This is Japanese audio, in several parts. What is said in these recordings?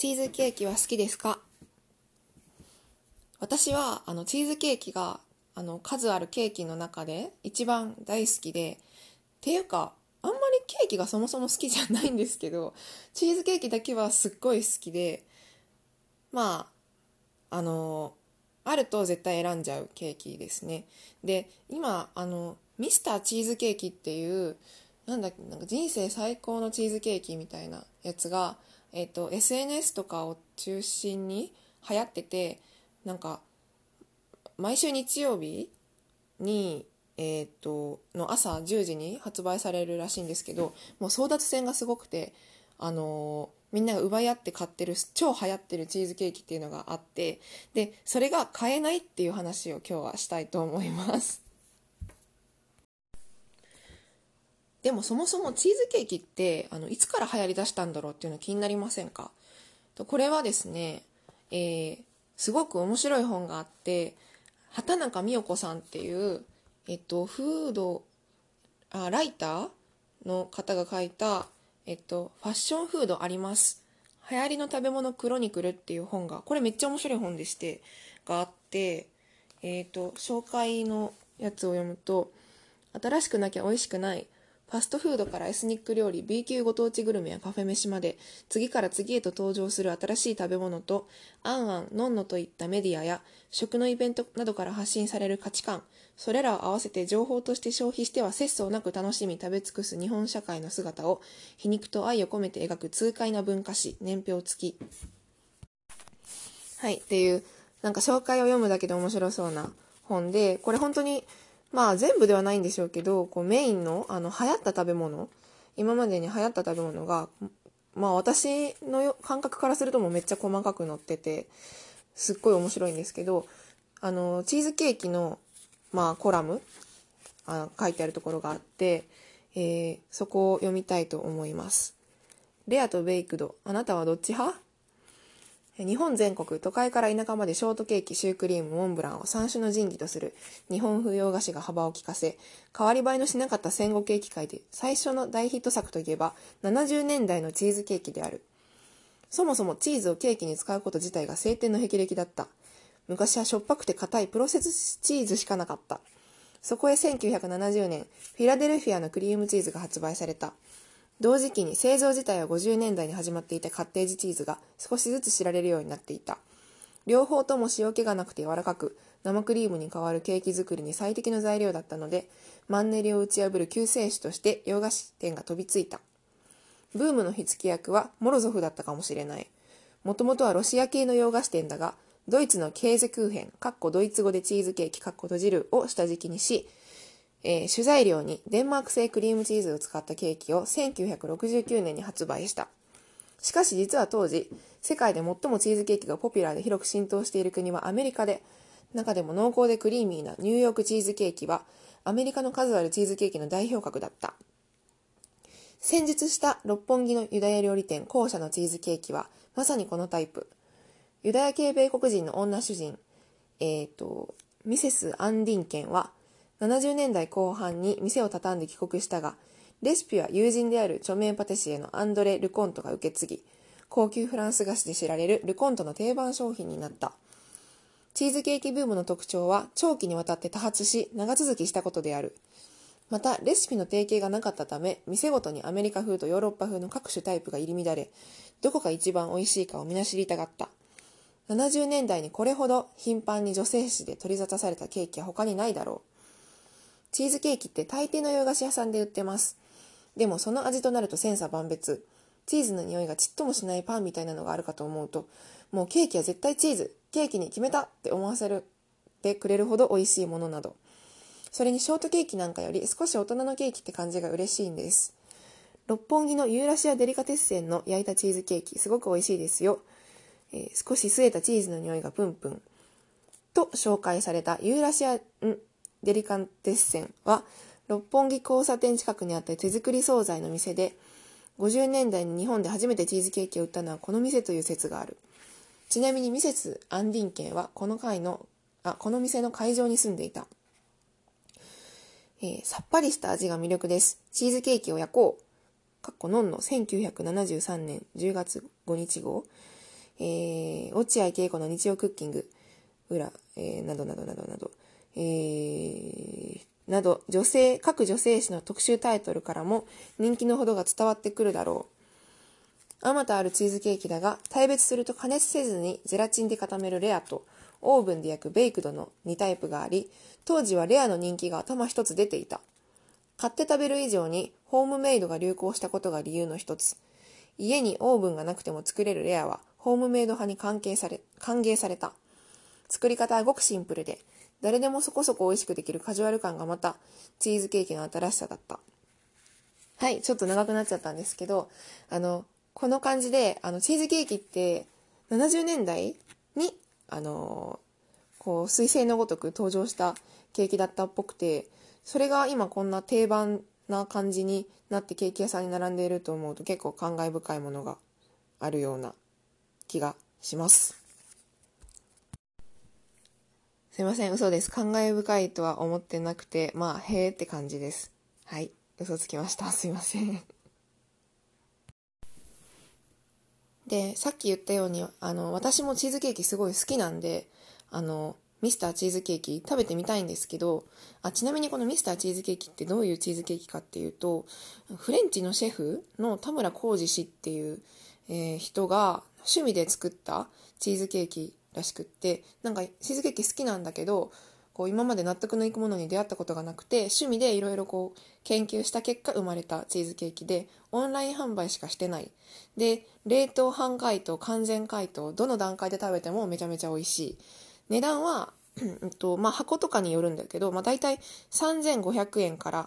チーズケーキは好きですか？私はチーズケーキが数あるケーキの中で一番大好きで、っていうかあんまりケーキがそもそも好きじゃないんですけど、チーズケーキだけはすっごい好きで、まああると絶対選んじゃうケーキですね。で今ミスターチーズケーキっていうなんか人生最高のチーズケーキみたいなやつが、SNS とかを中心に流行ってて、なんか毎週日曜日に、の朝10時に発売されるらしいんですけど、もう争奪戦がすごくて、みんなが奪い合って買ってる超流行ってるチーズケーキっていうのがあって、でそれが買えないっていう話を今日はしたいと思います。でもそもそもチーズケーキっていつから流行りだしたんだろうっていうの気になりませんか？これはですね、すごく面白い本があって、畑中美代子さんっていう、フードライターの方が書いた、ファッションフードあります、流行りの食べ物クロニクルっていう本が、これめっちゃ面白い本でしてがあって、紹介のやつを読むと、新しくなきゃ美味しくない、ファストフードからエスニック料理、B 級ご当地グルメやカフェ飯まで、次から次へと登場する新しい食べ物と、あんあん、のんのといったメディアや食のイベントなどから発信される価値観、それらを合わせて情報として消費しては節操なく楽しみ食べ尽くす日本社会の姿を皮肉と愛を込めて描く痛快な文化史、年表付き。はい、っていう、なんか紹介を読むだけで面白そうな本で、これ本当にまあ全部ではないんでしょうけど、こうメインの流行った食べ物、今までに流行った食べ物が、まあ私の感覚からするともうめっちゃ細かく載ってて、すっごい面白いんですけど、チーズケーキのまあコラム書いてあるところがあって、そこを読みたいと思います。レアとベイクド、あなたはどっち派？日本全国、都会から田舎までショートケーキ、シュークリーム、モンブランを三種の神器とする日本風洋菓子が幅を利かせ、変わり映えのしなかった戦後ケーキ界で最初の大ヒット作といえば70年代のチーズケーキである。そもそもチーズをケーキに使うこと自体が青天の霹靂だった。昔はしょっぱくて硬いプロセスチーズしかなかった。そこへ1970年、フィラデルフィアのクリームチーズが発売された。同時期に製造自体は50年代に始まっていたカッテージチーズが少しずつ知られるようになっていた。両方とも塩気がなくて柔らかく、生クリームに代わるケーキ作りに最適の材料だったので、マンネリを打ち破る救世主として洋菓子店が飛びついた。ブームの火付け役はモロゾフだったかもしれない。もともとはロシア系の洋菓子店だが、ドイツのケーゼクーヘン、ドイツ語でチーズケーキ、閉じるを下敷きにし、主材料にデンマーク製クリームチーズを使ったケーキを1969年に発売した。しかし実は当時、世界で最もチーズケーキがポピュラーで広く浸透している国はアメリカで、中でも濃厚でクリーミーなニューヨークチーズケーキはアメリカの数あるチーズケーキの代表格だった。先日した六本木のユダヤ料理店後者のチーズケーキはまさにこのタイプ。ユダヤ系米国人の女主人、ミセス・アンディンケンは70年代後半に店を畳んで帰国したが、レシピは友人である著名パティシエのアンドレ・ルコントが受け継ぎ、高級フランス菓子で知られるルコントの定番商品になった。チーズケーキブームの特徴は長期にわたって多発し長続きしたことである。またレシピの定型がなかったため、店ごとにアメリカ風とヨーロッパ風の各種タイプが入り乱れ、どこが一番美味しいかをみな知りたがった。70年代にこれほど頻繁に女性誌で取り沙汰されたケーキは他にないだろう。チーズケーキって大抵の洋菓子屋さんで売ってます。でもその味となると千差万別。チーズの匂いがちっともしないパンみたいなのがあるかと思うと、もうケーキは絶対チーズ、ケーキに決めたって思わせてくれるほど美味しいものなど。それにショートケーキなんかより少し大人のケーキって感じが嬉しいんです。六本木のユーラシアデリカテッセンの焼いたチーズケーキ、すごく美味しいですよ。少し据えたチーズの匂いがプンプン。と紹介されたユーラシアデリカテッセンは六本木交差点近くにあった手作り惣菜の店で、50年代に日本で初めてチーズケーキを売ったのはこの店という説がある。ちなみにミセス・アンディンケンはこの店の会場に住んでいた。さっぱりした味が魅力です。チーズケーキを焼こう。ノンの1973年10月5日号。 落合恵子の日曜クッキング裏、などなどなどなど、各女性誌の特集タイトルからも人気のほどが伝わってくるだろう。あまたあるチーズケーキだが、大別すると加熱せずにゼラチンで固めるレアと、オーブンで焼くベイクドの2タイプがあり、当時はレアの人気が頭一つ出ていた。買って食べる以上にホームメイドが流行したことが理由の一つ。家にオーブンがなくても作れるレアはホームメイド派に歓迎された。作り方はごくシンプルで、誰でもそこそこ美味しくできるカジュアル感がまたチーズケーキの新しさだった。はい、ちょっと長くなっちゃったんですけど、この感じでチーズケーキって70年代にこう彗星のごとく登場したケーキだったっぽくて、それが今こんな定番な感じになってケーキ屋さんに並んでいると思うと結構感慨深いものがあるような気がします。すいません、嘘です。感慨深いとは思ってなくて、まあへーって感じです。はい、嘘つきました。すいません。で、さっき言ったように私もチーズケーキすごい好きなんで、ミスターチーズケーキ食べてみたいんですけど、ちなみにこのミスターチーズケーキってどういうチーズケーキかっていうと、フレンチのシェフの田村浩二氏っていう、人が趣味で作ったチーズケーキらしくって、なんかチーズケーキ好きなんだけど、こう今まで納得のいくものに出会ったことがなくて、趣味でいろいろこう研究した結果生まれたチーズケーキで、オンライン販売しかしてない。で、冷凍半解凍、完全解凍、どの段階で食べてもめちゃめちゃ美味しい。値段はまあ、箱とかによるんだけど、まあ、大体3500円から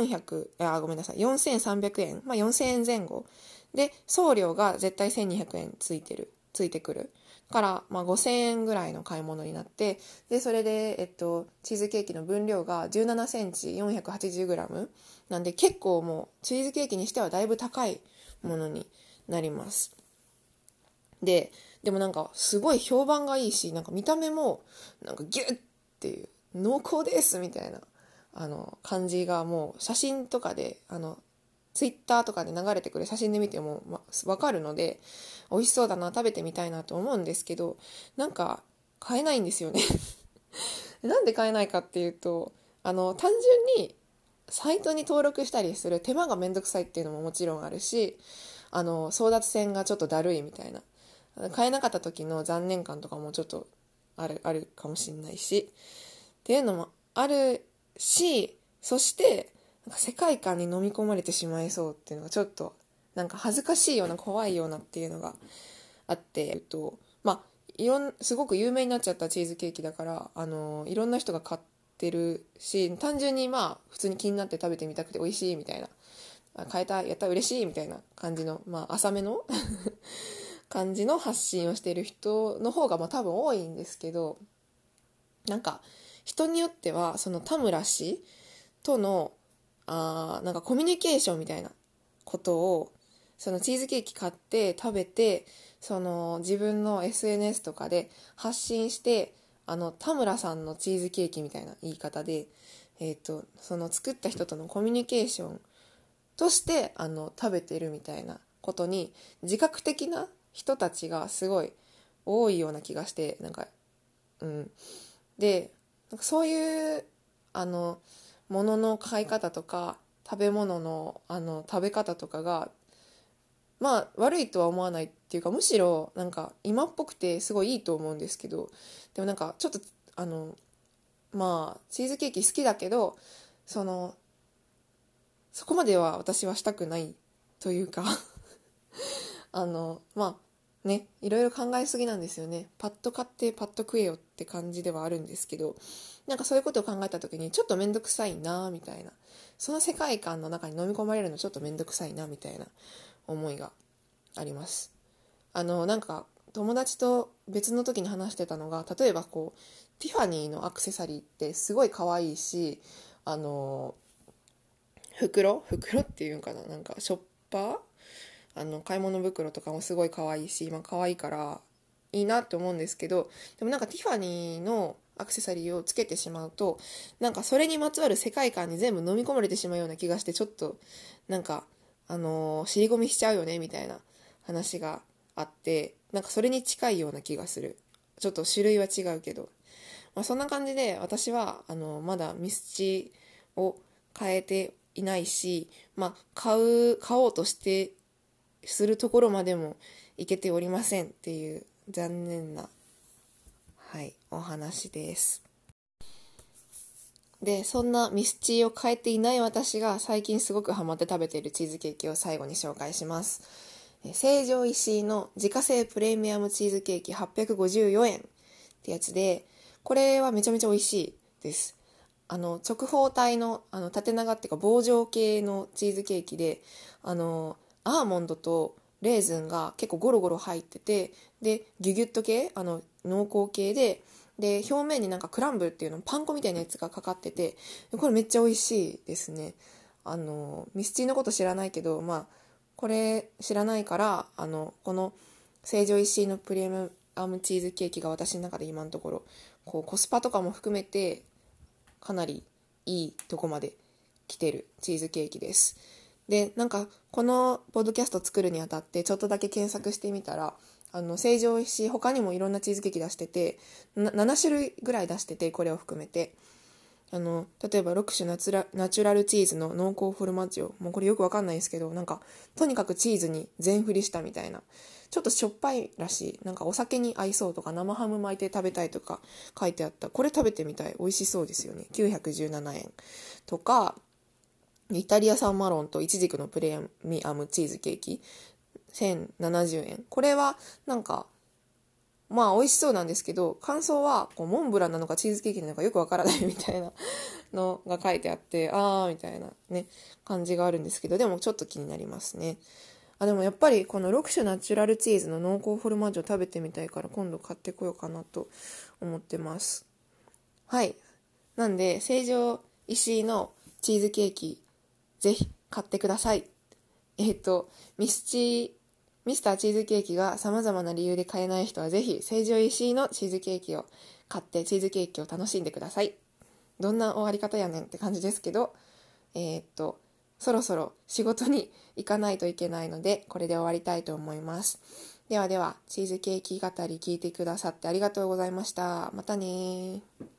4300円、まあ、4000円前後で、送料が絶対1200円ついてくるから、まあ、5000円ぐらいの買い物になって、でそれで、チーズケーキの分量が17センチ 480g なんで、結構もうチーズケーキにしてはだいぶ高いものになります。でもなんかすごい評判がいいし、なんか見た目もなんかギュッっていう濃厚ですみたいな感じが、もう写真とかでツイッターとかで流れてくる写真で見てもわかるので、美味しそうだな、食べてみたいなと思うんですけど、なんか買えないんですよね。なんで買えないかっていうと、単純にサイトに登録したりする手間がめんどくさいっていうのももちろんあるし、争奪戦がちょっとだるいみたいな、買えなかった時の残念感とかもちょっとあるかもしれないしっていうのもあるし、そしてなんか世界観に飲み込まれてしまいそうっていうのがちょっとなんか恥ずかしいような怖いようなっていうのがあって、まあすごく有名になっちゃったチーズケーキだから、いろんな人が買ってるし、単純にまあ普通に気になって食べてみたくて美味しいみたいな、買えたやった嬉しいみたいな感じの、まあ浅めの感じの発信をしている人の方がまあ多分多いんですけど、なんか人によってはその田村氏とのなんかコミュニケーションみたいなことを、そのチーズケーキ買って食べて、その自分の SNS とかで発信して、田村さんのチーズケーキみたいな言い方で、その作った人とのコミュニケーションとして食べてるみたいなことに自覚的な人たちがすごい多いような気がして、なんかで、なんかそういうものの買い方とか食べ物の食べ方とかがまあ悪いとは思わないっていうか、むしろなんか今っぽくてすごいいいと思うんですけど、でもなんかちょっとまあチーズケーキ好きだけど、そこまでは私はしたくないというかまあね、いろいろ考えすぎなんですよね。パッと買ってパッと食えよって感じではあるんですけど、なんかそういうことを考えた時にちょっとめんどくさいなみたいな、その世界観の中に飲み込まれるのちょっとめんどくさいなみたいな思いがあります。なんか友達と別の時に話してたのが、例えばこうティファニーのアクセサリーってすごい可愛いし、袋っていうのかな、なんかショッパー、買い物袋とかもすごい可愛いし、まあ可愛いからいいなって思うんですけど、でもなんかティファニーのアクセサリーをつけてしまうと、なんかそれにまつわる世界観に全部飲み込まれてしまうような気がして、ちょっとなんか尻込みしちゃうよねみたいな話があって、なんかそれに近いような気がする。ちょっと種類は違うけど、そんな感じで私はまだミスチを変えていないし、買おうとしてするところまでもいけておりませんっていう残念な、お話です。で、そんなミスチを変えていない私が最近すごくハマって食べているチーズケーキを最後に紹介します。成城石井の自家製プレミアムチーズケーキ854円ってやつで、これはめちゃめちゃ美味しいです。直方体の、縦長っていうか棒状系のチーズケーキで、アーモンドとレーズンが結構ゴロゴロ入ってて、でギュギュッと系、濃厚系で表面になんかクランブルっていうのパン粉みたいなやつがかかってて、これめっちゃ美味しいですね。ミスチーのこと知らないけど、これ知らないから、この成城石井のプレミアムチーズケーキが私の中で今のところこうコスパとかも含めてかなりいいとこまで来てるチーズケーキです。で、なんかこのポッドキャスト作るにあたってちょっとだけ検索してみたら、成城石井他にもいろんなチーズケーキ出してて、7種類ぐらい出してて、これを含めて例えば6種ナチュラルチーズの濃厚フォルマッジョ、もうこれよくわかんないですけど、なんかとにかくチーズに全振りしたみたいな、ちょっとしょっぱいらしい、なんかお酒に合いそうとか生ハム巻いて食べたいとか書いてあった。これ食べてみたい、美味しそうですよね。917円とか、イタリア産マロンとイチジクのプレミアムチーズケーキ1070円。これはなんか美味しそうなんですけど、感想はこうモンブランなのかチーズケーキなのかよくわからないみたいなのが書いてあって、みたいなね感じがあるんですけど、でもちょっと気になりますね。でもやっぱりこの6種ナチュラルチーズの濃厚フォルマッジョ食べてみたいから、今度買ってこようかなと思ってます。なんで成城石井のチーズケーキぜひ買ってください。ミスターチーズケーキが様々な理由で買えない人はぜひ成城石井のチーズケーキを買ってチーズケーキを楽しんでください。どんな終わり方やねんって感じですけど、そろそろ仕事に行かないといけないので、これで終わりたいと思います。ではでは、チーズケーキ語り聞いてくださってありがとうございました。またね。